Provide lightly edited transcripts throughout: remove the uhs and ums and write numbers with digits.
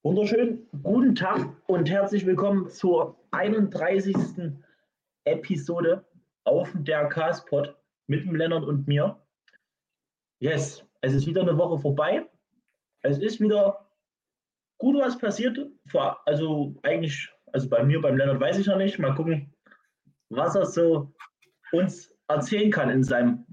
Wunderschönen guten Tag und herzlich willkommen zur 31. Episode auf der Castpod mit dem Lennart und mir. Yes, es ist wieder eine Woche vorbei. Es ist wieder gut was passiert. Also eigentlich, also bei mir, beim Lennart weiß ich noch nicht. Mal gucken, was er so uns erzählen kann in seinem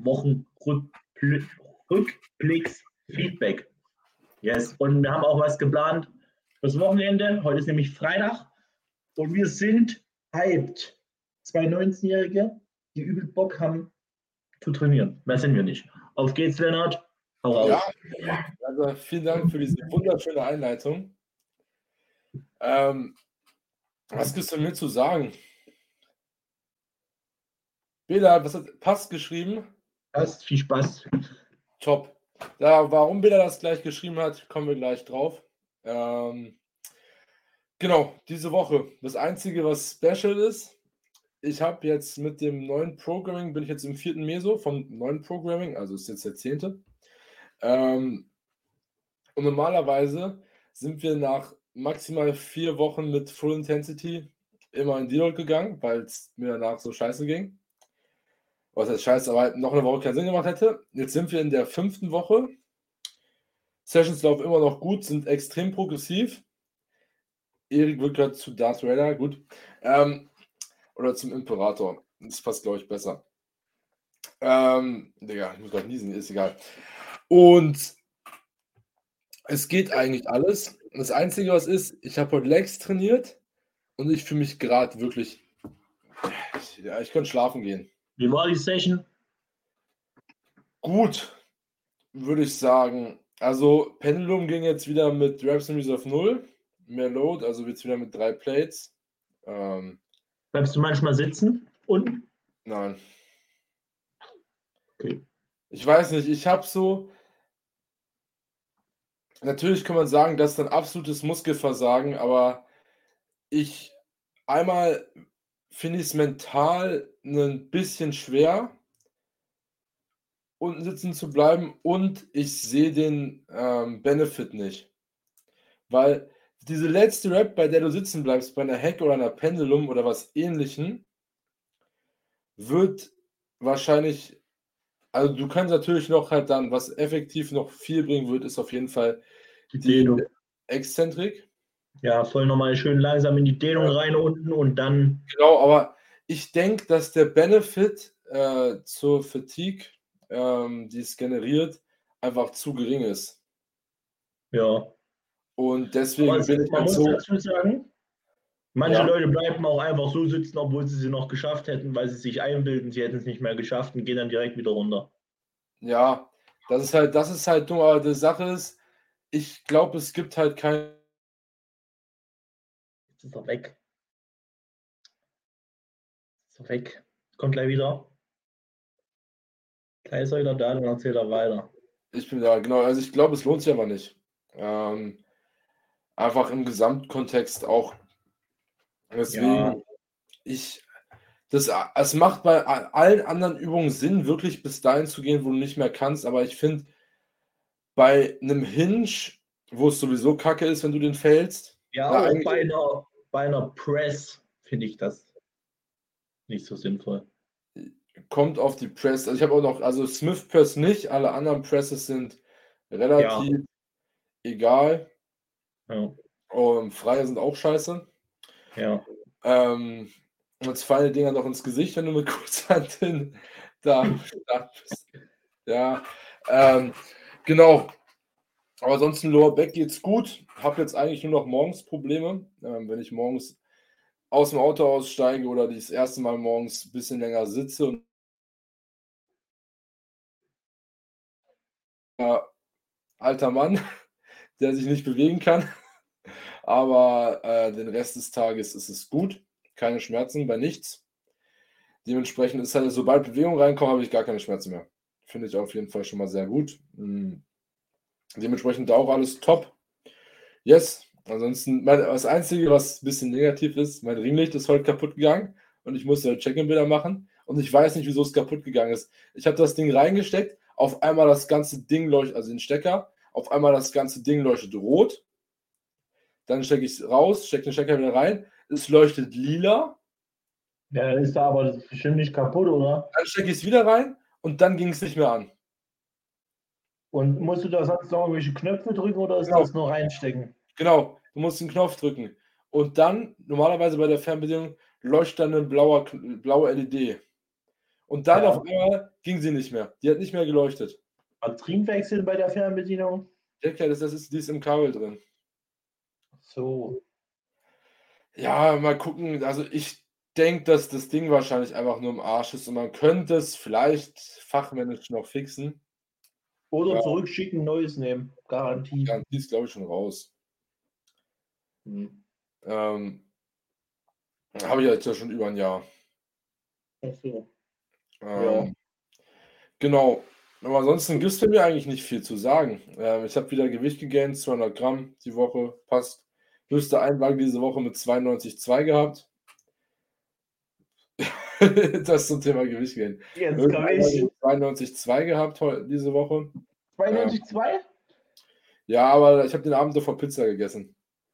Wochenrückblicks-Feedback. Yes, und wir haben auch was geplant fürs Wochenende. Heute ist nämlich Freitag. Und wir sind hyped. Zwei 19-Jährige, die übel Bock haben zu trainieren. Mehr sind wir nicht. Auf geht's, Lennart. Hau raus. Ja, also vielen Dank für diese wunderschöne Einleitung. Was gibt es denn mir zu sagen? Bela, was hat Pass geschrieben? Passt, viel Spaß. Top. Ja, warum Bela das gleich geschrieben hat, kommen wir gleich drauf. Genau, diese Woche. Das Einzige, was special ist, ich habe jetzt mit dem neuen Programming, bin ich jetzt im 4. Meso vom neuen Programming, also ist jetzt der 10. Und normalerweise sind wir nach maximal 4 Wochen mit Full Intensity immer in Deload gegangen, weil es mir danach so scheiße ging. Was heißt scheiße, aber halt noch eine Woche keinen Sinn gemacht hätte. Jetzt sind wir in der 5. Woche. Sessions laufen immer noch gut, sind extrem progressiv. Erik wird gerade zu Darth Vader, gut. Oder zum Imperator. Das passt, glaube ich, besser. Digga, ich muss gerade niesen, ist egal. Und es geht eigentlich alles. Das Einzige, was ist, ich habe heute Legs trainiert und ich fühle mich gerade wirklich. Ja, ich könnte schlafen gehen. Wie war die Session? Gut, würde ich sagen. Also, Pendulum ging jetzt wieder mit Reps in Reserve 0. Mehr Load, also jetzt wieder mit 3 Plates. Bleibst du manchmal sitzen? Und? Nein. Okay. Ich weiß nicht, ich habe so. Natürlich kann man sagen, das ist ein absolutes Muskelversagen, aber einmal finde ich es mental ein bisschen schwer, unten sitzen zu bleiben, und ich sehe den Benefit nicht. Weil diese letzte Rep, bei der du sitzen bleibst, bei einer Hack oder einer Pendulum oder was Ähnlichem, wird wahrscheinlich, also du kannst natürlich noch halt dann, was effektiv noch viel bringen wird, ist auf jeden Fall die Dehnung. Exzentrik. Ja, voll nochmal schön langsam in die Dehnung rein unten und dann. Genau, aber ich denke, dass der Benefit zur Fatigue, die es generiert, einfach zu gering ist. Ja. Und deswegen bin ich Man halt muss so. dazu sagen, manche Ja, Leute bleiben auch einfach so sitzen, obwohl sie sie noch geschafft hätten, weil sie sich einbilden, sie hätten es nicht mehr geschafft und gehen dann direkt wieder runter. ja, das ist halt dumm, aber die Sache ist, ich glaube, es gibt halt kein. Jetzt ist er weg. Ist er weg. Kommt gleich wieder. Gleich ist er wieder da, dann erzählt er weiter. Ich bin da, genau, also ich glaube, es lohnt sich aber nicht. Einfach im Gesamtkontext auch. Ja, Deswegen, es macht bei allen anderen Übungen Sinn, wirklich bis dahin zu gehen, wo du nicht mehr kannst, aber ich finde, bei einem Hinge, wo es sowieso kacke ist, wenn du den fällst, ja, na, auch eigentlich bei einer Press finde ich das nicht so sinnvoll. kommt auf die Press. Also ich habe auch noch, also Smith Press nicht, alle anderen Presses sind Ja, relativ egal. ja, Freie sind auch scheiße. ja. Und jetzt fallen die Dinger noch ins Gesicht, wenn du mit Kurzhand da bist. Ja, genau. Aber ansonsten Lower Back geht's gut. Habe jetzt eigentlich nur noch morgens Probleme. Wenn ich morgens aus dem Auto aussteige oder das erste Mal morgens ein bisschen länger sitze und alter Mann, der sich nicht bewegen kann. Aber den Rest des Tages ist es gut. Keine Schmerzen bei nichts. Dementsprechend ist halt, sobald Bewegung reinkommt, habe ich gar keine Schmerzen mehr. Finde ich auf jeden Fall schon mal sehr gut. Dementsprechend auch alles top. Yes. Ansonsten, das Einzige, was ein bisschen negativ ist, mein Ringlicht ist heute kaputt gegangen und ich musste Check-in-Bilder machen und ich weiß nicht, wieso es kaputt gegangen ist. Ich habe das Ding reingesteckt, auf einmal das ganze Ding leuchtet, also den Stecker, auf einmal das ganze Ding leuchtet rot. dann stecke ich es raus, stecke den Stecker wieder rein, es leuchtet lila, Ja, ist da aber bestimmt nicht kaputt, oder? dann stecke ich es wieder rein und dann ging es nicht mehr an. Und musst du da sonst noch irgendwelche Knöpfe drücken oder ist Genau. das nur reinstecken? Genau, du musst den Knopf drücken. Und dann, normalerweise bei der Fernbedienung, leuchtet dann eine blaue LED. Und dann Ja. auf einmal ging sie nicht mehr. Die hat nicht mehr geleuchtet. Batterienwechsel bei der Fernbedienung? Ja, die ist im Kabel drin. So. Ja, mal gucken. Also ich denke, dass das Ding wahrscheinlich einfach nur im Arsch ist und man könnte es vielleicht fachmännisch noch fixen. Oder Ja. zurückschicken, neues nehmen. Garantie. Garantie ist, glaube ich, schon raus. Hm. Habe ich jetzt ja schon über ein Jahr. Ach so. Genau. Aber ansonsten gibt es für mir eigentlich nicht viel zu sagen. Ich habe wieder Gewicht gegaint, 200 Gramm die Woche, passt. Höchste Einlage diese Woche mit 92,2 gehabt. Das ist zum Thema Gewicht gehen. Jetzt Höchste kann Einlage ich. mit 92,2 gehabt diese Woche. 92,2? Ja, aber ich habe den Abend davor Pizza gegessen.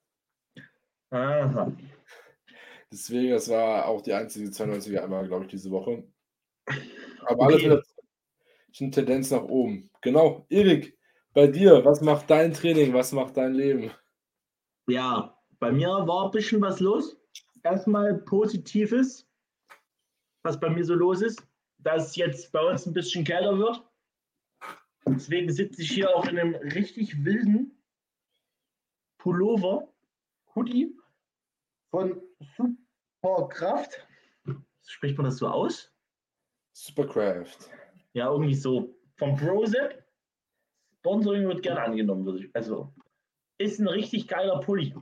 Aha. Deswegen, das war auch die einzige 92er einmal, glaube ich, diese Woche. Aber Okay. alles mit eine Tendenz nach oben. Genau. Erik, bei dir, was macht dein Training? Was macht dein Leben? Ja, bei mir war ein bisschen was los. Erstmal Positives, was bei mir so los ist, dass es jetzt bei uns ein bisschen kälter wird. Deswegen sitze ich hier auch in einem richtig wilden Pullover, Hoodie von Superkraft. Spricht man das so aus? Supercraft. Ja, irgendwie so. Vom Prozep. Sponsoring wird gerne angenommen, würde ich. Also ist ein richtig geiler Pulli.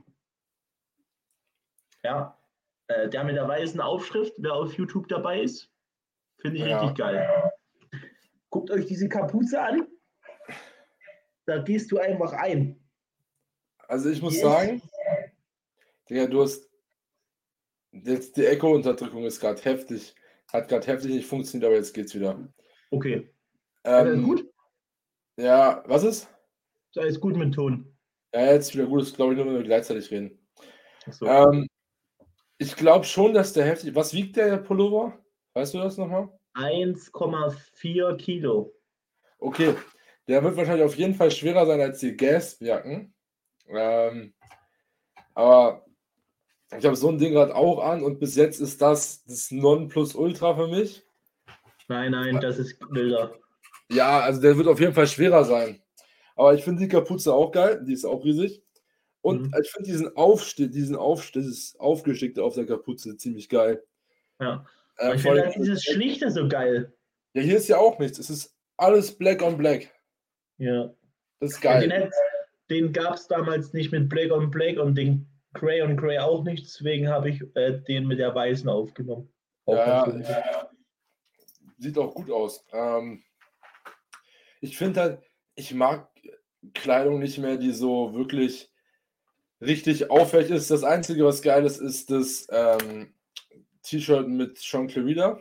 Ja, der mit der weißen Aufschrift, wer auf YouTube dabei ist, finde ich richtig geil. Guckt euch diese Kapuze an. Da gehst du einfach ein. Also ich muss sagen, Digga, du hast jetzt die Echo-Unterdrückung ist gerade heftig. Hat gerade heftig nicht funktioniert, aber jetzt geht's wieder. Okay. Alles gut? Ja, was ist? Ist alles gut mit Ton. Ja, jetzt wieder gut, ist glaube ich nur, wenn wir gleichzeitig reden. So. Ich glaube schon, dass der heftig. Was wiegt der Pullover? Weißt du das nochmal? 1,4 Kilo. Okay, der wird wahrscheinlich auf jeden Fall schwerer sein als die Gasjacken. Aber ich habe so ein Ding gerade auch an und bis jetzt ist das Nonplusultra für mich. Nein, das ist wilder. Ja, also der wird auf jeden Fall schwerer sein. Aber ich finde die Kapuze auch geil, die ist auch riesig. Und ich finde dieses Aufgestickte auf der Kapuze ziemlich geil. Ja. Ich finde halt dieses Schlichte so geil. Ja, hier ist ja auch nichts. Es ist alles Black on Black. Ja. Das ist geil. Den gab es damals nicht mit Black on Black und den Grey on Grey auch nicht. Deswegen habe ich den mit der weißen aufgenommen. Ja, sieht auch gut aus. Ich finde halt, ich mag Kleidung nicht mehr, die so wirklich richtig auffällig ist. Das Einzige, was geil ist das T-Shirt mit Sean Clarida.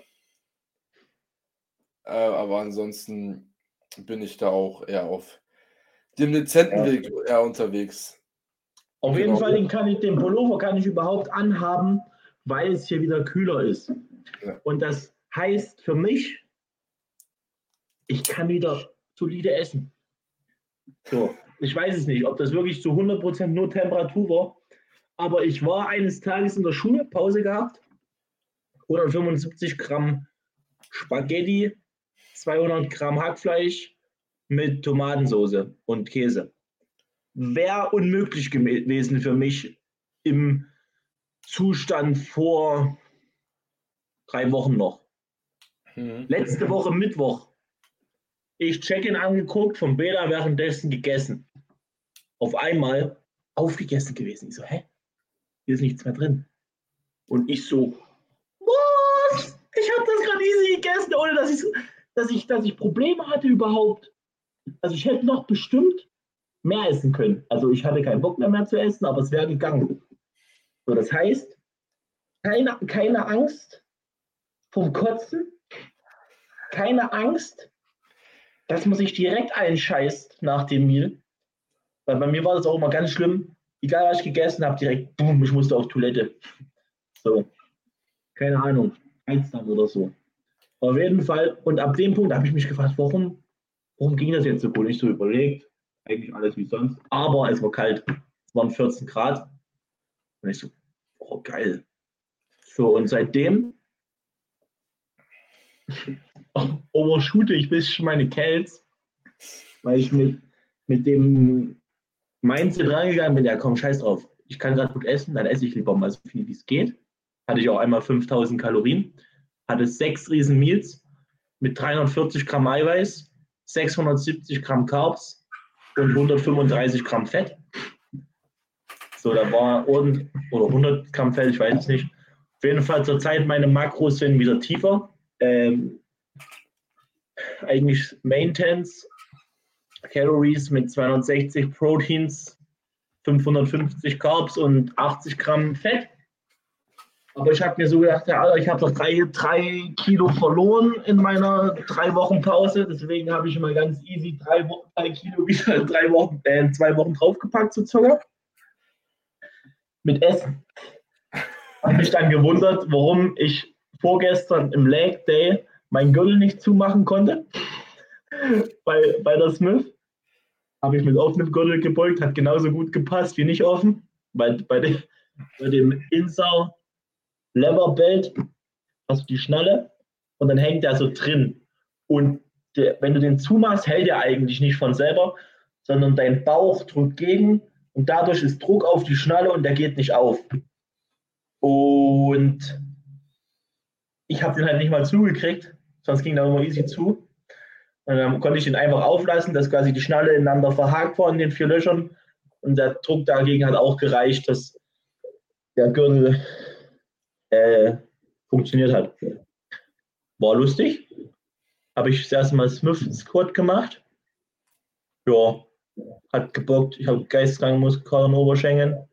Aber ansonsten bin ich da auch eher auf dem dezenten Weg eher unterwegs. Auf jeden Fall, den Pullover kann ich überhaupt anhaben, weil es hier wieder kühler ist. Ja. Und das heißt für mich, ich kann wieder solide essen. So, ich weiß es nicht, ob das wirklich zu 100% nur Temperatur war, aber ich war eines Tages in der Schule, Pause gehabt, 175 Gramm Spaghetti, 200 Gramm Hackfleisch mit Tomatensauce und Käse. Wäre unmöglich gewesen für mich im Zustand vor 3 Wochen noch. Letzte Woche Mittwoch. Ich Check-in angeguckt, vom Bäder währenddessen gegessen. Auf einmal aufgegessen gewesen. Ich so, hä? Hier ist nichts mehr drin. Und ich so, was? Ich habe das gerade easy gegessen, ohne dass ich Probleme hatte überhaupt. Also ich hätte noch bestimmt mehr essen können. Also ich hatte keinen Bock mehr zu essen, aber es wäre gegangen. So, das heißt, keine Angst vom Kotzen, keine Angst, dass man sich direkt einscheißt nach dem Meal. Weil bei mir war das auch immer ganz schlimm. egal was ich gegessen habe, direkt, boom, ich musste auf Toilette. So, keine Ahnung, Reizdarm oder so. Auf jeden Fall, und ab dem Punkt habe ich mich gefragt, warum ging das jetzt so gut? Ich so überlegt, eigentlich alles wie sonst, aber es war kalt. Es waren 14 Grad. Und ich so, oh geil. So, und seitdem overshoote ich ein bisschen meine Kells, weil ich mit dem Mindset rangegangen bin, ja komm, scheiß drauf. Ich kann gerade gut essen, dann esse ich lieber mal so viel wie es geht. Hatte ich auch einmal 5000 Kalorien, hatte 6 riesen Meals mit 340 Gramm Eiweiß, 670 Gramm Carbs und 135 Gramm Fett. So, da war oder 100 Gramm Fett, ich weiß es nicht. Auf jeden Fall zur Zeit meine Makros sind wieder tiefer. Eigentlich Maintenance, Calories mit 260 Proteins, 550 Carbs und 80 Gramm Fett. Aber ich habe mir so gedacht, ja, Alter, ich habe doch 3 Kilo verloren in meiner 3 Wochen Pause. Deswegen habe ich mal ganz easy 3 Kilo wieder 2 Wochen draufgepackt zu Zucker. Mit Essen. Habe mich dann gewundert, warum ich vorgestern im Leg Day meinen Gürtel nicht zumachen konnte. Bei der Smith habe ich mit offenem Gürtel gebeugt, hat genauso gut gepasst wie nicht offen. Weil bei dem Insau Lever Belt hast du die Schnalle und dann hängt der so drin. Und wenn du den zumachst, hält der eigentlich nicht von selber, sondern dein Bauch drückt gegen und dadurch ist Druck auf die Schnalle und der geht nicht auf. Und ich habe den halt nicht mal zugekriegt, sonst ging der immer easy zu. Und dann konnte ich den einfach auflassen, dass quasi die Schnalle ineinander verhakt war in den 4 Löchern. Und der Druck dagegen hat auch gereicht, dass der Gürtel funktioniert hat. War lustig. Habe ich das erste Mal Smith Squat gemacht. Ja, hat gebockt. Ich habe geisteskranke Muskelkater Oberschenkeln.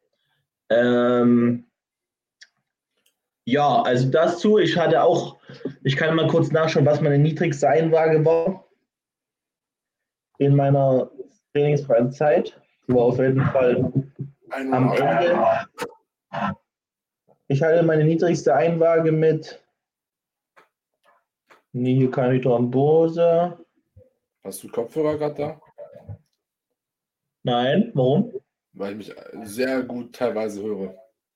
Ja, also dazu, ich kann mal kurz nachschauen, was meine niedrigste Einwaage war in meiner trainingsfreien Zeit. Die war auf jeden Fall am Ende. Ich hatte meine niedrigste Einwaage mit Thrombose. Hast du Kopfhörer gerade da? Nein, warum? Weil ich mich sehr gut teilweise höre.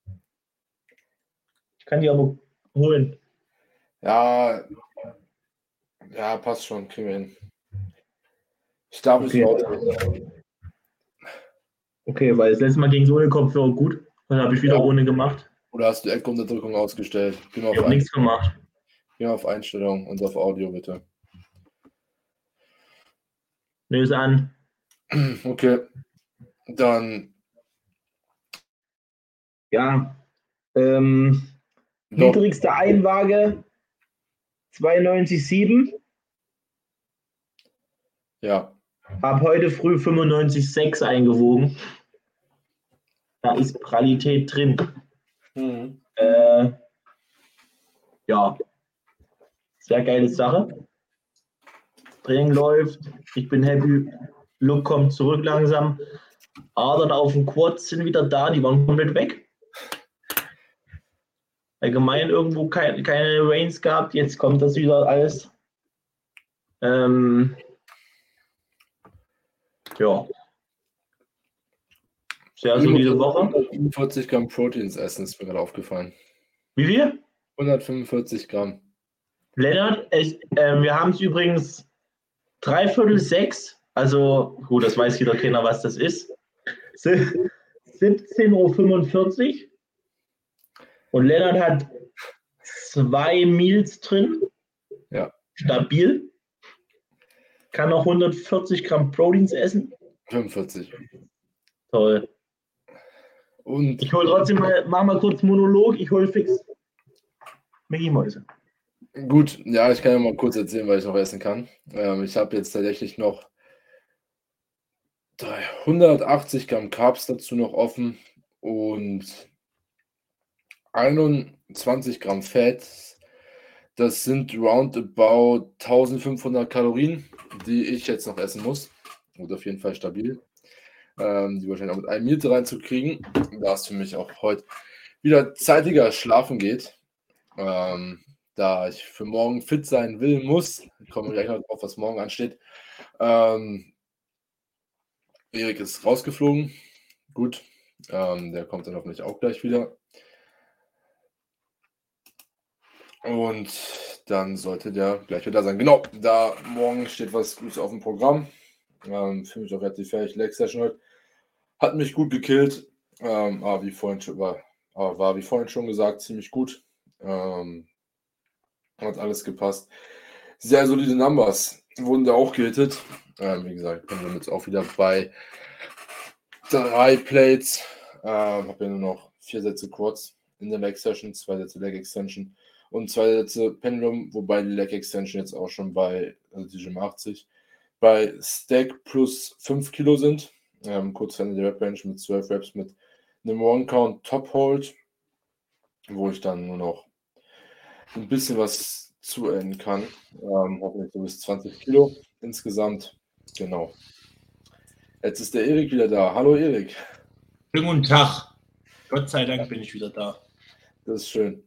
Ich kann die aber holen. Ja, passt schon, kriegen wir hin. Ich darf nicht laut reden. Okay, weil das letzte Mal ging es ohne Kopfhörer gut. Dann habe ich wieder ohne gemacht. Oder hast du Eckunterdrückung ausgestellt? Ich habe nichts gemacht. Geh mal auf Einstellungen und auf Audio, bitte. Löse an. Okay, dann. Ja. Niedrigste Einwaage 92,7. Ja. Habe heute früh 95,6 eingewogen. Da ist Pralität drin. Ja. Sehr geile Sache. Training läuft. Ich bin happy. Look kommt zurück langsam. Adern auf dem Quad sind wieder da. Die waren komplett weg. Allgemein irgendwo keine Rains gehabt. Jetzt kommt das wieder alles. Ja. Sehr solide Woche. 145 Gramm Proteins essen, ist mir gerade aufgefallen. Wie viel? 145 Gramm. Lennart, wir haben es übrigens 5:45. Also, gut, das weiß jeder Kenner, was das ist. 17:45 Uhr. Und Lennart hat 2 Meals drin. Ja. Stabil. Kann noch 140 Gramm Proteins essen. 45. Toll. Und ich hole trotzdem mach mal kurz Monolog. Ich hole fix Mickey Mäuse. Gut, ja, ich kann ja mal kurz erzählen, weil ich noch essen kann. Ich habe jetzt tatsächlich noch 180 Gramm Carbs dazu noch offen und 21 Gramm Fett. Das sind roundabout 1500 Kalorien, die ich jetzt noch essen muss. Und auf jeden Fall stabil. die wahrscheinlich auch mit einem Miete reinzukriegen, da es für mich auch heute wieder zeitiger schlafen geht. Da ich für morgen fit sein muss, komme ich gleich noch drauf, was morgen ansteht. Erik ist rausgeflogen. Gut, der kommt dann hoffentlich auch gleich wieder. Und dann sollte der gleich wieder sein. Genau, da morgen steht was Gutes auf dem Programm. Fühle mich auch relativ fertig. Leg Session heute hat mich gut gekillt. War wie vorhin schon gesagt, ziemlich gut. Hat alles gepasst. Sehr solide Numbers wurden da auch gehittet. Wie gesagt, bin wir jetzt auch wieder bei 3 Plates. Habe ja nur noch 4 Sätze Quads in der Leg Session, 2 Sätze Leg Extension und 2 Sätze Pendulum, wobei die Leg Extension jetzt auch schon bei, also die Gym 80, bei Stack plus 5 Kilo sind. Kurz vor Ende der Rep-Range mit 12 Reps mit einem One-Count Top-Hold, wo ich dann nur noch ein bisschen was zuenden kann. Hoffentlich so bis 20 Kilo insgesamt. Genau. Jetzt ist der Erik wieder da. Hallo Erik. Schönen guten Tag. Gott sei Dank bin ich wieder da. Das ist schön.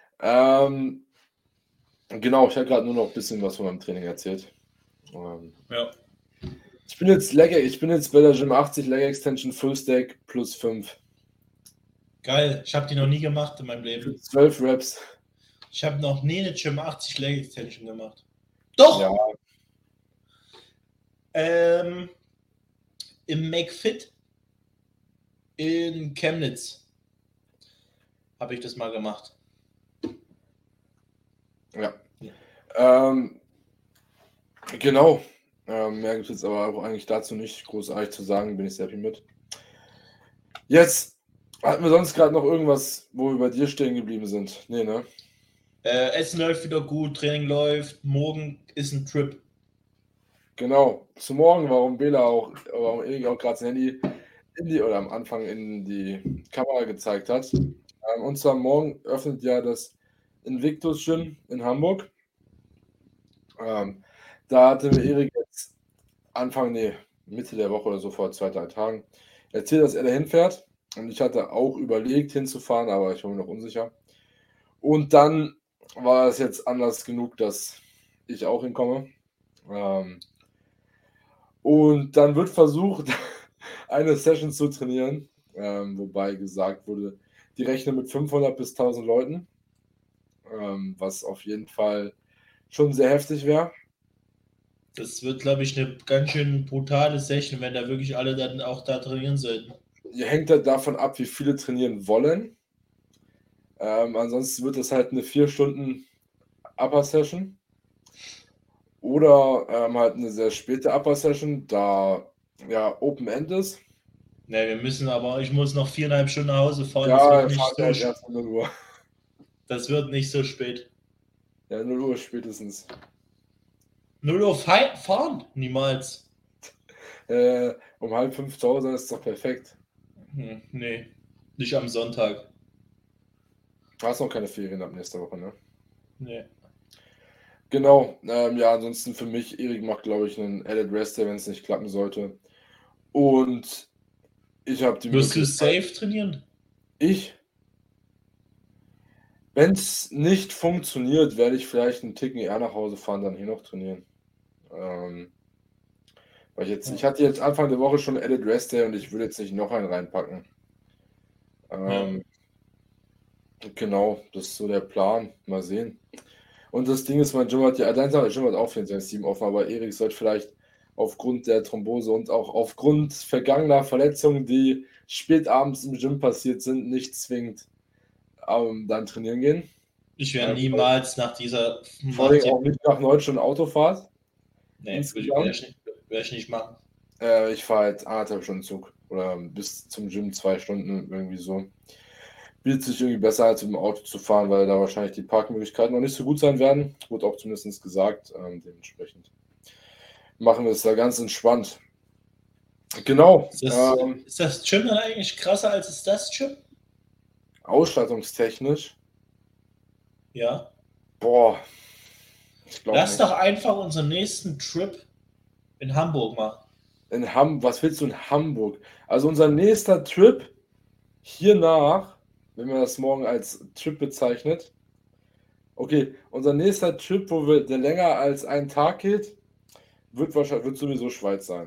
Genau, ich habe gerade nur noch ein bisschen was von meinem Training erzählt. Ja. Ich bin jetzt bei der Gym 80 Leg Extension Full Stack plus 5. Geil, ich habe die noch nie gemacht in meinem Für Leben. 12 Reps. Ich habe noch nie eine Gym 80 Leg Extension gemacht. Doch! Ja. Im McFit in Chemnitz habe ich das mal gemacht. Ja. Genau. Mehr gibt es jetzt aber auch eigentlich dazu nicht großartig zu sagen, bin ich sehr happy mit. Jetzt hatten wir sonst gerade noch irgendwas, wo wir bei dir stehen geblieben sind. Nee, ne? Essen läuft wieder gut, Training läuft, morgen ist ein Trip. Genau, zu morgen, warum Erik auch gerade sein Handy oder am Anfang in die Kamera gezeigt hat. Und zwar morgen öffnet ja das Invictus Gym in Hamburg. Da hatte mir Erik jetzt Mitte der Woche oder so vor 2-3 Tagen erzählt, dass er da hinfährt. Und ich hatte auch überlegt hinzufahren, aber ich war mir noch unsicher. Und dann war es jetzt anders genug, dass ich auch hinkomme. Und dann wird versucht, eine Session zu trainieren, wobei gesagt wurde, die rechnen mit 500 bis 1000 Leuten, was auf jeden Fall schon sehr heftig wäre. Das wird, glaube ich, eine ganz schön brutale Session, wenn da wirklich alle dann auch da trainieren sollten. Hängt halt davon ab, wie viele trainieren wollen. Ansonsten wird es halt eine 4 Stunden Upper Session. Oder halt eine sehr späte Upper Session, da ja Open End ist. Ne, ich muss noch 4,5 Stunden nach Hause fahren. Ja, fahrt halt erst um 0 Uhr. Das wird nicht so spät. Ja, 0 Uhr spätestens. 0 Uhr fahren? Niemals. Um 4:30 zu Hause ist doch perfekt. Nee, nicht am Sonntag. Du hast noch keine Ferien ab nächster Woche, ne? Nee. Genau, ja, ansonsten für mich, Erik macht, glaube ich, einen Added Rest Day, wenn es nicht klappen sollte. Und ich habe die Wirst du safe trainieren? Wenn es nicht funktioniert, werde ich vielleicht einen Ticken eher nach Hause fahren, dann hier noch trainieren. Weil ich hatte jetzt Anfang der Woche schon Added Rest Day und ich würde jetzt nicht noch einen reinpacken. Genau, das ist so der Plan. Mal sehen. Und das Ding ist, mein Gym hat auch 24/7 offen, aber Erik sollte vielleicht aufgrund der Thrombose und auch aufgrund vergangener Verletzungen, die spät abends im Gym passiert sind, nicht zwingend dann trainieren gehen. Ich werde niemals nach dieser... Vor allem auch nicht nach 9 Stunden Autofahrt. Nee, werde ich nicht machen. Ich fahre jetzt 1,5 Stunden Zug oder bis zum Gym 2 Stunden irgendwie so. Bietet sich irgendwie besser, als mit dem Auto zu fahren, weil da wahrscheinlich die Parkmöglichkeiten noch nicht so gut sein werden. Wurde auch zumindest gesagt. Dementsprechend machen wir es da ganz entspannt. Genau. Ist das Gym dann eigentlich krasser als das Gym? Ausstattungstechnisch? Ja. Boah. Lass doch einfach unseren nächsten Trip in Hamburg machen. Was willst du in Hamburg? Also unser nächster Trip hiernach, wenn man das morgen als Trip bezeichnet, okay, unser nächster Trip, der länger als einen Tag geht, wird sowieso Schweiz sein.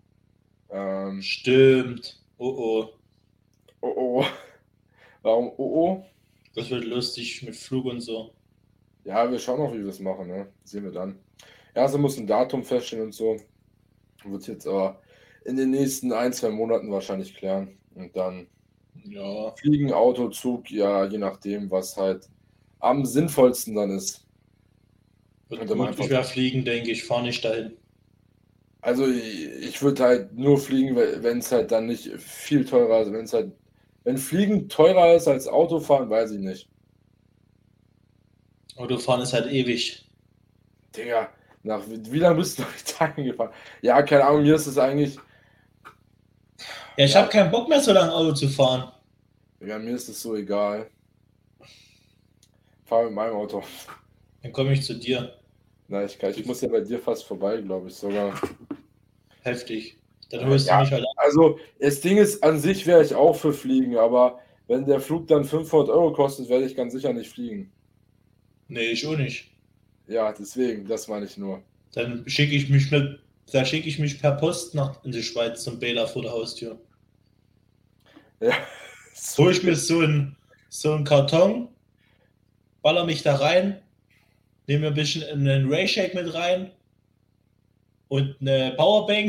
Stimmt. Oh. Oh. Warum? Oh. Das wird lustig mit Flug und so. Ja, wir schauen noch, wie wir das machen, ne? Sehen wir dann. Erst muss ein Datum feststellen und so. Wird jetzt aber in den nächsten 1-2 Monaten wahrscheinlich klären. Und dann Ja. Fliegen, Auto, Zug, ja, je nachdem, was halt am sinnvollsten dann ist. Wird gut. Ich werde fliegen, denke ich. Fahre nicht dahin. Also ich würde halt nur fliegen, wenn es halt dann nicht viel teurer ist. Wenn Fliegen teurer ist als Autofahren, weiß ich nicht. Autofahren ist halt ewig. Digga, wie lange bist du nach Italien gefahren? Ja, keine Ahnung, mir ist es eigentlich. Ja, ich habe keinen Bock mehr, so lange Auto zu fahren. Ja, mir ist es so egal. Fahr mit meinem Auto. Dann komme ich zu dir. Na, ich muss ja bei dir fast vorbei, glaube ich sogar. Heftig. Dann holst du mich halt ab. Also, das Ding ist, an sich wäre ich auch für Fliegen, aber wenn der Flug dann 500 Euro kostet, werde ich ganz sicher nicht fliegen. Nee, ich auch nicht. Ja, deswegen, das meine ich nur. Dann schicke ich mich per Post in die Schweiz zum Bela vor der Haustür. Ja. Hol ich mir so einen Karton, baller mich da rein, nehme mir ein bisschen einen Ray-Shake mit rein und eine Powerbank,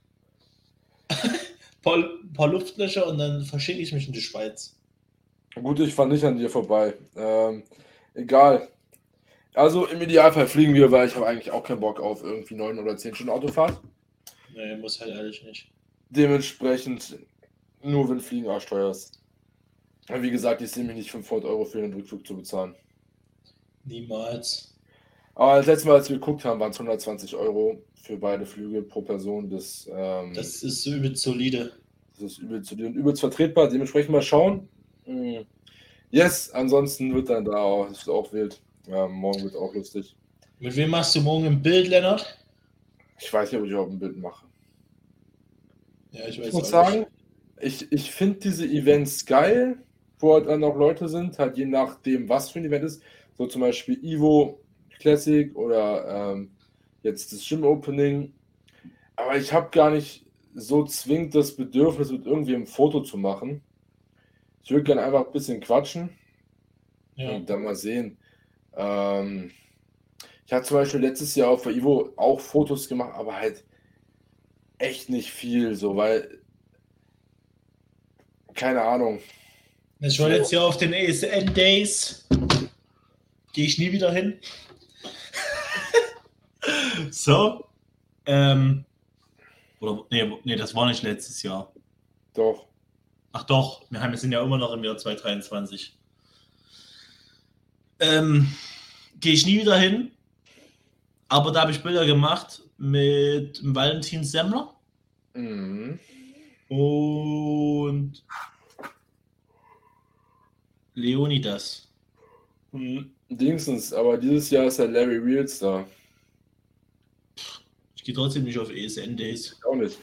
paar Luftlöcher und dann verschicke ich mich in die Schweiz. Gut, ich fahre nicht an dir vorbei. Egal. Also im Idealfall fliegen wir, weil ich habe eigentlich auch keinen Bock auf irgendwie 9 oder 10 Stunden Autofahrt. Nee, muss halt ehrlich nicht. Dementsprechend nur wenn Fliegen arschteuer ist. Wie gesagt, ich sehe mich nicht 500 Euro für den Rückflug zu bezahlen. Niemals. Aber das letzte Mal, als wir geguckt haben, waren es 120 Euro für beide Flüge pro Person. Das ist so übelst solide. Das ist übelst solide und übelst vertretbar. Dementsprechend mal schauen. Yes, ansonsten wird dann da auch wild. Morgen wird auch lustig. Mit wem machst du morgen ein Bild, Lennart? Ich weiß nicht, ob ich auch ein Bild mache. Ja, ich weiß Ich muss auch sagen, ich finde diese Events geil, wo halt dann auch Leute sind, halt je nachdem, was für ein Event ist. So zum Beispiel Evo Classic oder jetzt das Gym Opening. Aber ich habe gar nicht so zwingend das Bedürfnis, mit irgendwie ein Foto zu machen. Ich würde gerne einfach ein bisschen quatschen und dann mal sehen. Ich hatte zum Beispiel letztes Jahr auf der Evo auch Fotos gemacht, aber halt echt nicht viel, so, weil keine Ahnung. Ich war jetzt hier auf den ESN Days. Gehe ich nie wieder hin. So. Nee, das war nicht letztes Jahr. Doch. Ach doch, wir sind ja immer noch im Jahr 2023. Gehe ich nie wieder hin. Aber da habe ich Bilder gemacht mit Valentin Semmler. Mhm. Und Leonidas. Dingsens, aber dieses Jahr ist ja Larry Wheels da. Ich gehe trotzdem nicht auf ESN Days. Auch nicht.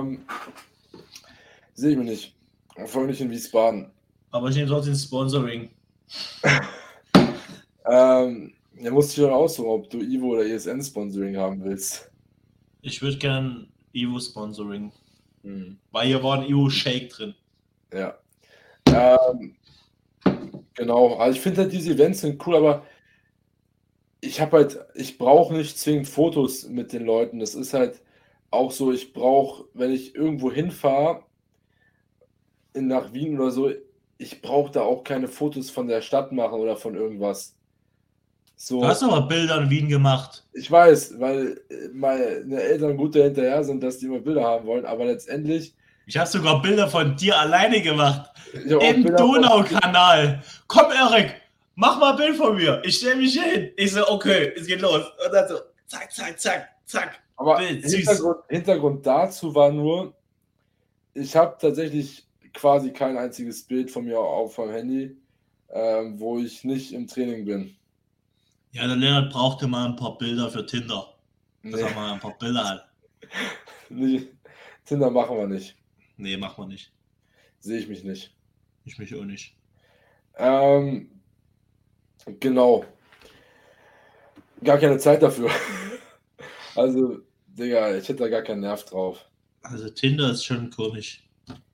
Sehe ich mir nicht. Vor allem nicht in Wiesbaden. Aber ich nehme trotzdem Sponsoring. Ja, musst du schon aussuchen, ob du Evo oder ESN-Sponsoring haben willst. Ich würde gern Evo-Sponsoring. Weil hier war ein Evo-Shake drin. Ja. Genau. Also ich finde halt, diese Events sind cool, aber ich brauche nicht zwingend Fotos mit den Leuten. Das ist halt auch so, wenn ich irgendwo hinfahre, nach Wien oder so, ich brauche da auch keine Fotos von der Stadt machen oder von irgendwas. So, Du hast aber Bilder in Wien gemacht. ich weiß, weil meine Eltern gut dahinterher sind, dass die immer Bilder haben wollen, aber letztendlich. Ich habe sogar Bilder von dir alleine gemacht. Im Bilder Donaukanal. Komm, Erik, mach mal ein Bild von mir. Ich stelle mich hin. Ich so, okay, es geht los. Und dann so, zack, zack, zack, zack. Aber Bild, Hintergrund dazu war nur, ich habe tatsächlich quasi kein einziges Bild von mir auf meinem Handy, wo ich nicht im Training bin. Ja, der Lennart brauchte mal ein paar Bilder für Tinder. Dass er mal ein paar Bilder hat. Tinder machen wir nicht. Nee, machen wir nicht. Sehe ich mich nicht. Ich mich auch nicht. Genau. Gar keine Zeit dafür. Also, Digga, ich hätte da gar keinen Nerv drauf. Also Tinder ist schon komisch.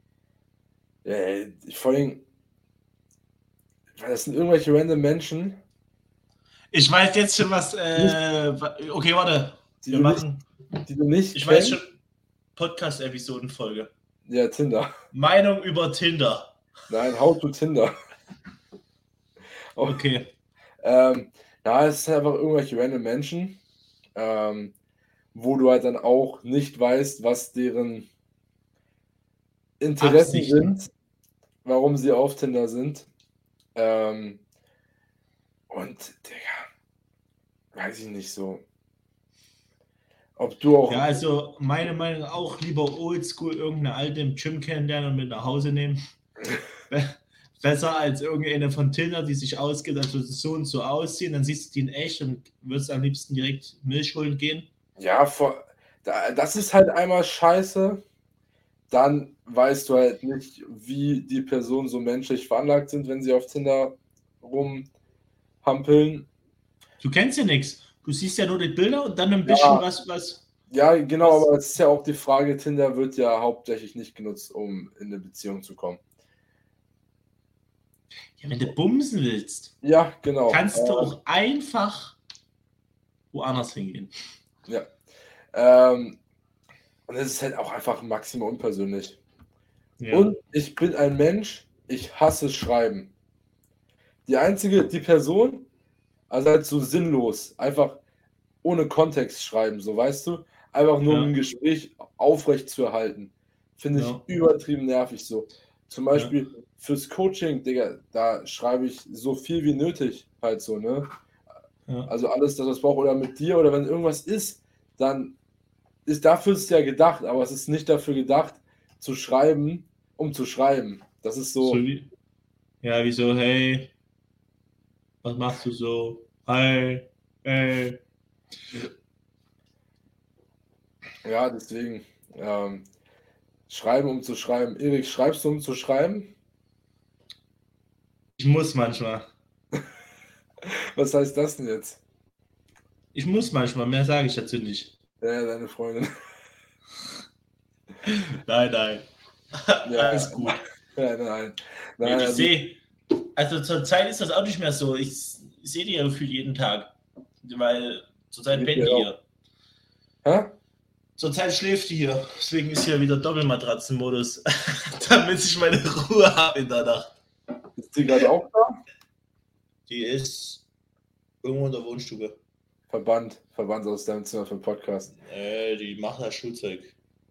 Vor allem, das sind irgendwelche random Menschen, Ich weiß jetzt schon was. Okay, warte. die du nicht Ich weiß kennst. schon. Podcast-Episodenfolge. Ja, Tinder. Meinung über Tinder. Nein, how to Tinder. Okay. Ja, es sind einfach irgendwelche random Menschen, wo du halt dann auch nicht weißt, was deren Interessen Absichten. sind, warum sie auf Tinder sind. Und, Digga, weiß ich nicht so. Ob du auch. Ja, also meine Meinung auch lieber oldschool irgendeine alte im Gym kennenlernen und mit nach Hause nehmen. Besser als irgendeine von Tinder, die sich ausgeht, also so und so aussehen. Dann siehst du die in echt und würdest am liebsten direkt Milch holen gehen. Ja, das ist halt einmal scheiße. Dann weißt du halt nicht, wie die Personen so menschlich veranlagt sind, wenn sie auf Tinder rumhampeln. Du kennst ja nichts. Du siehst ja nur die Bilder und dann ein bisschen was. Ja, genau, aber es ist ja auch die Frage, Tinder wird ja hauptsächlich nicht genutzt, um in eine Beziehung zu kommen. Ja, wenn du bumsen willst, Ja, genau. kannst du auch einfach woanders hingehen. Ja. Und es ist halt auch einfach maximal unpersönlich. Ja. Und ich bin ein Mensch, ich hasse Schreiben. Die Person, also halt so sinnlos, einfach ohne Kontext schreiben, so weißt du, einfach nur um ein Gespräch aufrecht zu erhalten, finde ich übertrieben nervig so. Zum Beispiel fürs Coaching, Digga, da schreibe ich so viel wie nötig halt so, ne? Ja. Also alles, das ich brauche, oder mit dir, oder wenn irgendwas ist, dann ist dafür ist es ja gedacht, aber es ist nicht dafür gedacht, zu schreiben, um zu schreiben. Das ist so. Wieso, hey, was machst du so? Hi, hey. Ja, deswegen. Schreiben, um zu schreiben. Erik, schreibst du, um zu schreiben? Ich muss manchmal. Was heißt das denn jetzt? Ich muss manchmal, mehr sage ich dazu nicht. Ja, deine Freundin. Nein. Ja, alles gut. Nein. Ich sehe, also zur Zeit ist das auch nicht mehr so. Ich sehe die ja gefühlt jeden Tag, weil zurzeit pennt die hier. Hä? Zurzeit schläft die hier, deswegen ist hier wieder Doppelmatratzenmodus, damit ich meine Ruhe habe in der Nacht. Ist die gerade auch da? Die ist irgendwo in der Wohnstube. Verbannt aus deinem Zimmer für den Podcast. Die macht das Schulzeug.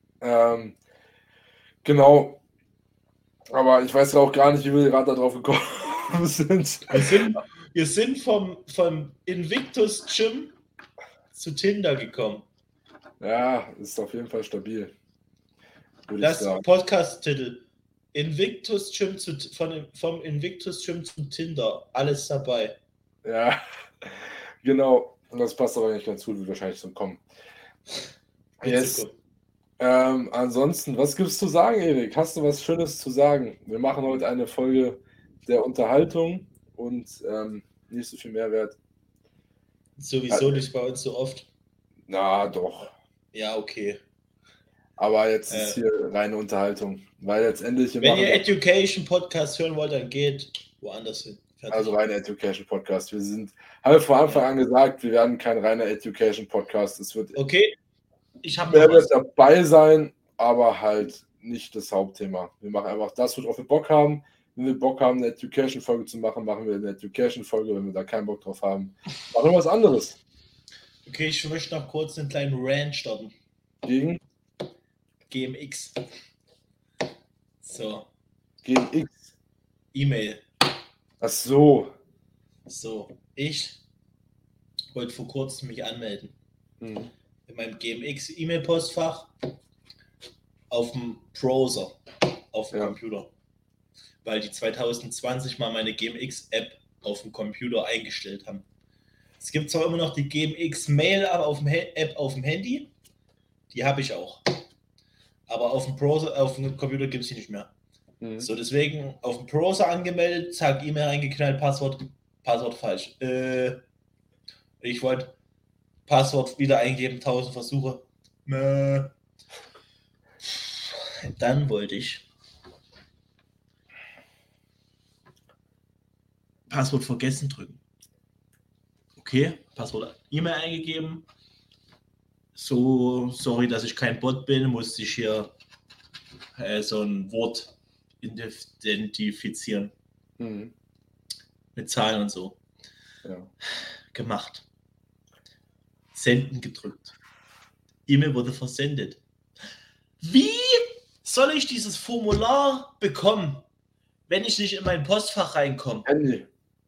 Genau. Aber ich weiß ja auch gar nicht, wie wir gerade darauf gekommen sind. Wir sind vom Invictus Gym zu Tinder gekommen. Ja, ist auf jeden Fall stabil. Das Podcast-Titel. Invictus Gym vom Invictus Gym zu Tinder. Alles dabei. Ja, genau. Und das passt aber nicht ganz gut, wie wahrscheinlich zum Kommen. Yes. Ansonsten, was gibt's zu sagen, Erik? Hast du was Schönes zu sagen? Wir machen heute eine Folge der Unterhaltung und nicht so viel Mehrwert. Sowieso nicht bei uns so oft. Na, doch. Ja, okay. Aber jetzt ist hier reine Unterhaltung. Weil letztendlich. Wenn ihr Education Podcast hören wollt, dann geht woanders hin. Fertig. Also reiner Education Podcast. Haben wir von Anfang an gesagt, wir werden kein reiner Education Podcast. Es wird. Okay. Ich habe Mehrwert dabei sein, aber halt nicht das Hauptthema. Wir machen einfach das, worauf wir Bock haben. Wenn wir Bock haben, eine Education-Folge zu machen, machen wir eine Education-Folge. Wenn wir da keinen Bock drauf haben, machen wir was anderes. Okay, ich möchte noch kurz einen kleinen Rant starten. Gegen? GMX. So. GMX? E-Mail. Ach so. So. Ich wollte vor kurzem mich anmelden. Mhm. In meinem GMX-E-Mail-Postfach auf dem Browser, auf dem Computer. Weil die 2020 mal meine GMX-App auf dem Computer eingestellt haben. Es gibt zwar immer noch die GMX-Mail-App auf dem Handy, die habe ich auch. Aber auf dem Browser, auf dem Computer gibt es die nicht mehr. Mhm. So, deswegen auf dem Browser angemeldet, zack, E-Mail reingeknallt, Passwort falsch. Ich wollte Passwort wieder eingeben, 1000 Versuche. Dann wollte ich Passwort vergessen drücken. Okay, Passwort E-Mail eingegeben. So, sorry, dass ich kein Bot bin, musste ich hier so ein Wort identifizieren. Mhm. Mit Zahlen und so. Ja. Gemacht. Senden gedrückt. E-Mail wurde versendet. Wie soll ich dieses Formular bekommen, wenn ich nicht in mein Postfach reinkomme? Handy.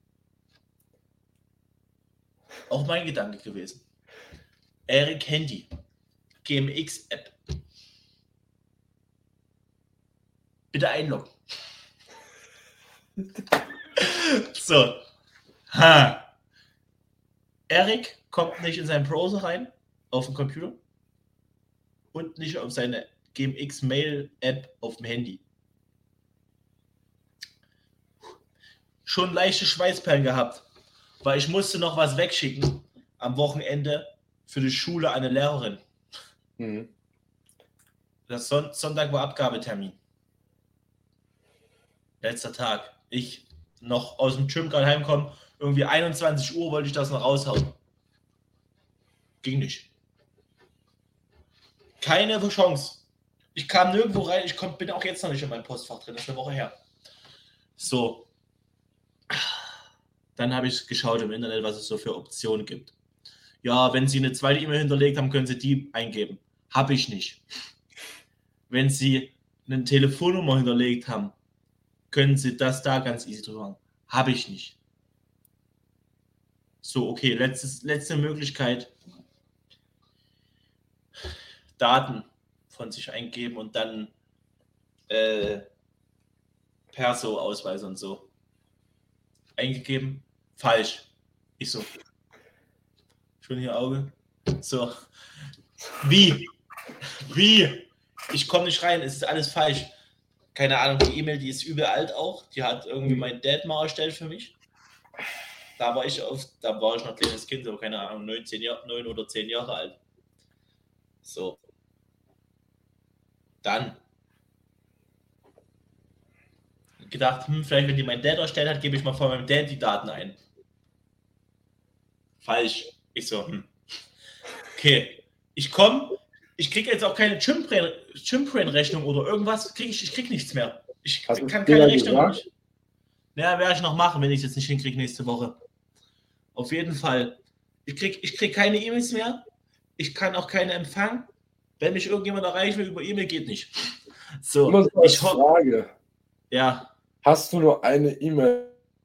Auch mein Gedanke gewesen. Erik Handy. GMX-App. Bitte einloggen. So. Erik kommt nicht in seinen Browser rein, auf dem Computer und nicht auf seine GMX-Mail-App auf dem Handy. Schon leichte Schweißperlen gehabt, weil ich musste noch was wegschicken am Wochenende für die Schule an eine Lehrerin. Mhm. Das Sonntag war Abgabetermin. Letzter Tag. Ich noch aus dem Gym gerade heimkommen. Irgendwie 21 Uhr wollte ich das noch raushauen. Ging nicht. Keine Chance. Ich kam nirgendwo rein. Bin auch jetzt noch nicht in meinem Postfach drin. Das ist eine Woche her. So. Dann habe ich geschaut im Internet, was es so für Optionen gibt. Ja, wenn Sie eine zweite E-Mail hinterlegt haben, können Sie die eingeben. Habe ich nicht. Wenn Sie eine Telefonnummer hinterlegt haben, können Sie das da ganz easy drüber machen. Habe ich nicht. So, okay, letzte Möglichkeit. Daten von sich eingeben und dann Perso-Ausweis und so. Eingegeben. Falsch. Ich so. Schon hier Auge. So. Wie? Ich komme nicht rein. Es ist alles falsch. Keine Ahnung, die E-Mail, die ist übel alt auch. Die hat irgendwie mein Dad mal erstellt für mich. Da war ich noch kleines Kind, so keine Ahnung, 9 oder 10 Jahre alt. So. Dann gedacht, vielleicht wenn die mein Dad erstellt hat, gebe ich mal von meinem Dad die Daten ein. Falsch. Ich so, Okay. Ich kriege jetzt auch keine Chimprain-Rechnung oder irgendwas. Ich krieg nichts mehr. Ich kann keine Rechnung nicht. Naja, werde ich noch machen, wenn ich es jetzt nicht hinkriege nächste Woche. Auf jeden Fall. Ich krieg keine E-Mails mehr. Ich kann auch keine empfangen. Wenn mich irgendjemand erreichen will über E-Mail, geht nicht. So, Immer so als Frage. Ja. Hast du nur eine E-Mail?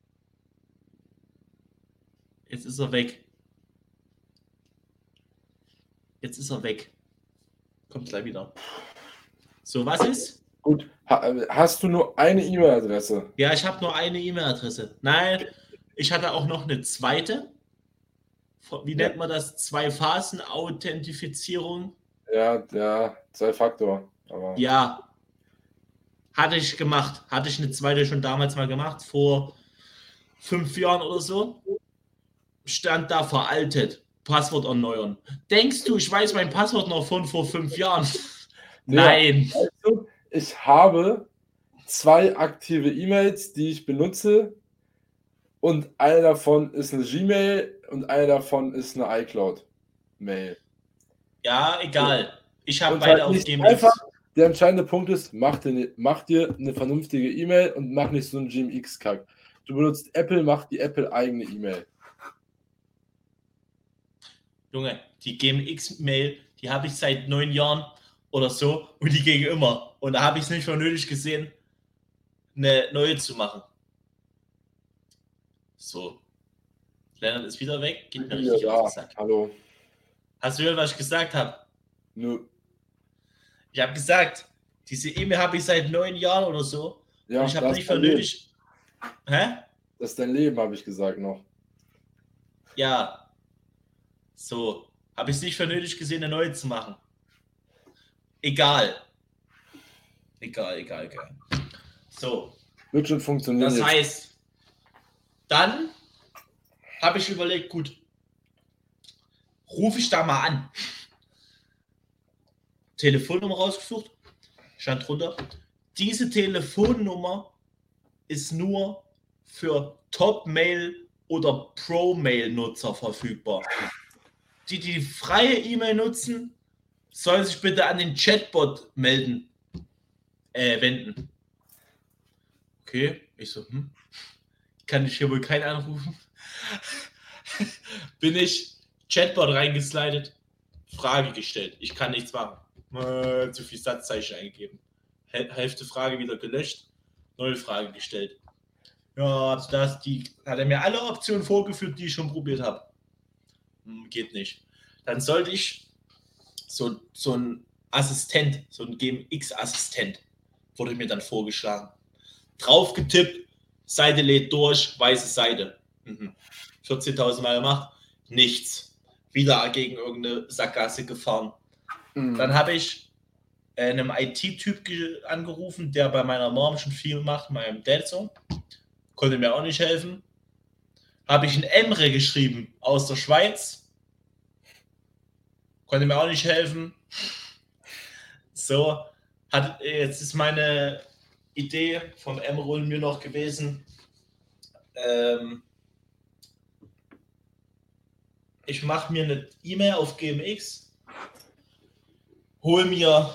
Jetzt ist er weg. Kommt gleich wieder. So, was ist? Gut. Hast du nur eine E-Mail-Adresse? Ja, ich habe nur eine E-Mail-Adresse. Nein, ich hatte auch noch eine zweite. Wie nennt man das? 2-Phasen-Authentifizierung. Ja, 2-Faktor. Aber ja. Hatte ich gemacht. Hatte ich eine zweite schon damals mal gemacht, vor 5 Jahren oder so. Stand da veraltet. Passwort erneuern. Denkst du, ich weiß mein Passwort noch von vor 5 Jahren? Nein. Also, ich habe 2 aktive E-Mails, die ich benutze. Und eine davon ist eine Gmail und eine davon ist eine iCloud-Mail. Ja, egal. Ich habe beide auf GMX. Der entscheidende Punkt ist, mach dir eine vernünftige E-Mail und mach nicht so einen GMX-Kack. Du benutzt Apple, mach die Apple-eigene E-Mail. Junge, die GMX-Mail, die habe ich seit 9 Jahren oder so und die ging immer. Und da habe ich es nicht für nötig gesehen, eine neue zu machen. So. Lennart ist wieder weg, geht mir richtig auf den Sack. Hallo. Hast du gehört, was ich gesagt habe? Nö. Ich habe gesagt, diese E-Mail habe ich seit 9 Jahren oder so. Ja, und ich habe nicht für nötig. Hä? Das ist dein Leben, habe ich gesagt noch. Ja. So. Habe ich es nicht für nötig gesehen, eine neue zu machen. Egal. Egal. So, Wird schon funktionieren. das jetzt. heißt, dann habe ich überlegt, gut, rufe ich da mal an. Telefonnummer rausgesucht, stand drunter. Diese Telefonnummer ist nur für Top-Mail oder Pro-Mail-Nutzer verfügbar. Die freie E-Mail nutzen, sollen sich bitte an den Chatbot wenden. Okay, ich so, kann ich hier wohl keinen anrufen? Bin ich Chatbot reingeslidet, Frage gestellt. Ich kann nichts machen. Zu viel Satzzeichen eingegeben. Hälfte Frage wieder gelöscht, neue Frage gestellt. Ja, hat er mir alle Optionen vorgeführt, die ich schon probiert habe. Geht nicht. Dann sollte ich so ein Assistent, so ein GMX-Assistent, wurde mir dann vorgeschlagen. Drauf getippt, Seite lädt durch, weiße Seite. 14.000 Mal gemacht, nichts. Wieder gegen irgendeine Sackgasse gefahren. Dann habe ich einem IT-Typ angerufen, der bei meiner Mom schon viel macht, meinem Dad so. Konnte mir auch nicht helfen. Habe ich einen Emre geschrieben aus der Schweiz. Konnte mir auch nicht helfen. So, jetzt ist meine Idee vom Emre und mir noch gewesen, ich mache mir eine E-Mail auf GMX, hole mir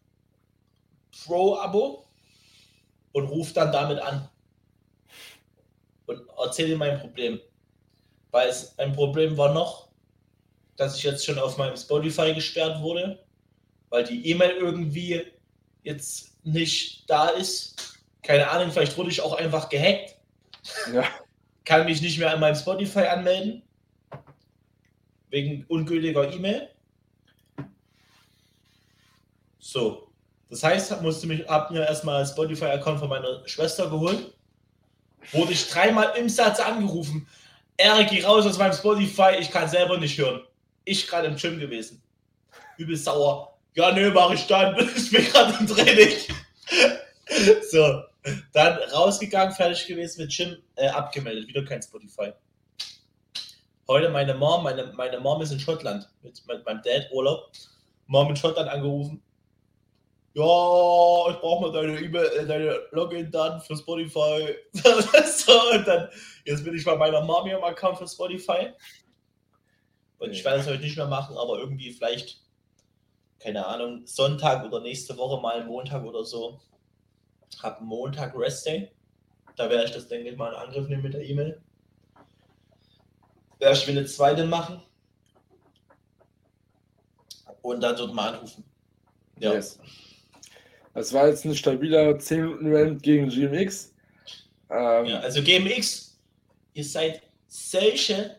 Pro-Abo und rufe dann damit an und erzähle mein Problem. Weil ein Problem war noch, dass ich jetzt schon auf meinem Spotify gesperrt wurde, weil die E-Mail irgendwie jetzt nicht da ist. Keine Ahnung, vielleicht wurde ich auch einfach gehackt. Ja. Kann mich nicht mehr an meinem Spotify anmelden. Wegen ungültiger E-Mail. So. Das heißt, hab mir erstmal einen Spotify-Account von meiner Schwester geholt. Wurde ich 3-mal im Satz angerufen. Geh raus aus meinem Spotify, ich kann selber nicht hören. Ich gerade im Gym gewesen. Übel sauer. Ja, nö, mach ich dann. Ich bin gerade im Training. So. Dann rausgegangen, fertig gewesen mit Gym, abgemeldet. Wieder kein Spotify. Heute meine Mom ist in Schottland mit meinem Dad Urlaub. Mom in Schottland angerufen. Ja, ich brauche mal deine Login-Daten für Spotify. So, und dann, jetzt bin ich bei meiner Mom hier im Account für Spotify. Und ich werde das heute nicht mehr machen, aber irgendwie vielleicht, keine Ahnung, Sonntag oder nächste Woche mal Montag oder so. Hab Montag Rest-Day. Da werde ich das, denke ich, mal in Angriff nehmen mit der E-Mail. Werde ich eine zweite machen. Und dann dort mal anrufen. Ja. Yes. Das war jetzt ein stabiler 10-Minuten-Rant gegen GMX. Ja, also GMX, ihr seid solche.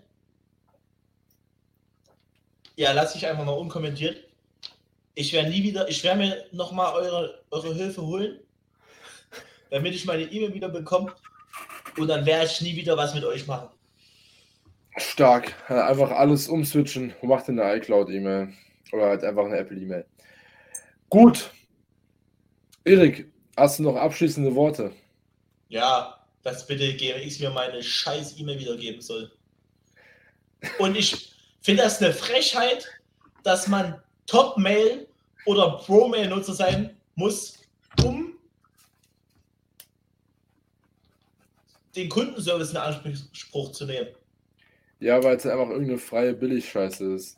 Ja, lass ich einfach mal unkommentiert. Ich werde mir nochmal eure Hilfe holen, damit ich meine E-Mail wieder bekomme. Und dann werde ich nie wieder was mit euch machen. Stark. Einfach alles umswitchen. Macht eine iCloud-E-Mail. Oder halt einfach eine Apple-E-Mail. Gut. Erik, hast du noch abschließende Worte? Ja, dass bitte GMX mir meine scheiß E-Mail wiedergeben soll. Und ich finde das eine Frechheit, dass man Top-Mail oder Pro-Mail-Nutzer sein muss, um den Kundenservice in Anspruch zu nehmen. Ja, weil es einfach irgendeine freie Billigscheiße ist.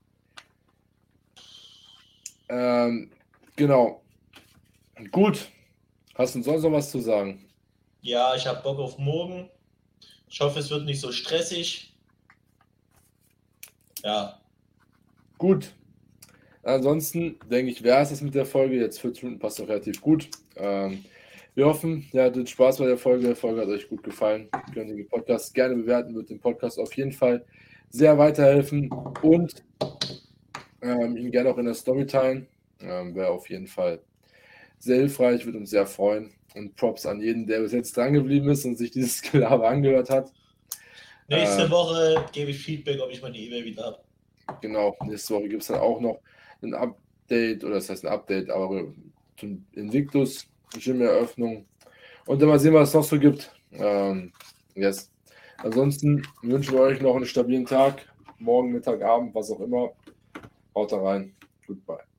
Genau. Gut. Hast du sonst noch was zu sagen? Ja, ich habe Bock auf morgen. Ich hoffe, es wird nicht so stressig. Ja. Gut. Ansonsten denke ich, wäre es das mit der Folge. Jetzt 40 Minuten passt doch relativ gut. Wir hoffen, ihr hattet Spaß bei der Folge. Die Folge hat euch gut gefallen. Ihr könnt den Podcast gerne bewerten, wird dem Podcast auf jeden Fall sehr weiterhelfen und ihn gerne auch in der Story teilen. Wäre auf jeden Fall sehr hilfreich, würde uns sehr freuen. Und Props an jeden, der bis jetzt dran geblieben ist und sich dieses Gelaber angehört hat. Nächste Woche gebe ich Feedback, ob ich meine E-Mail wieder habe. Genau, nächste Woche gibt es dann auch noch ein Update, oder das heißt ein Update, aber zum Invictus Gym-Eröffnung. Und dann mal sehen, was es noch so gibt. Yes. Ansonsten wünschen wir euch noch einen stabilen Tag. Morgen, Mittag, Abend, was auch immer. Haut da rein. Goodbye.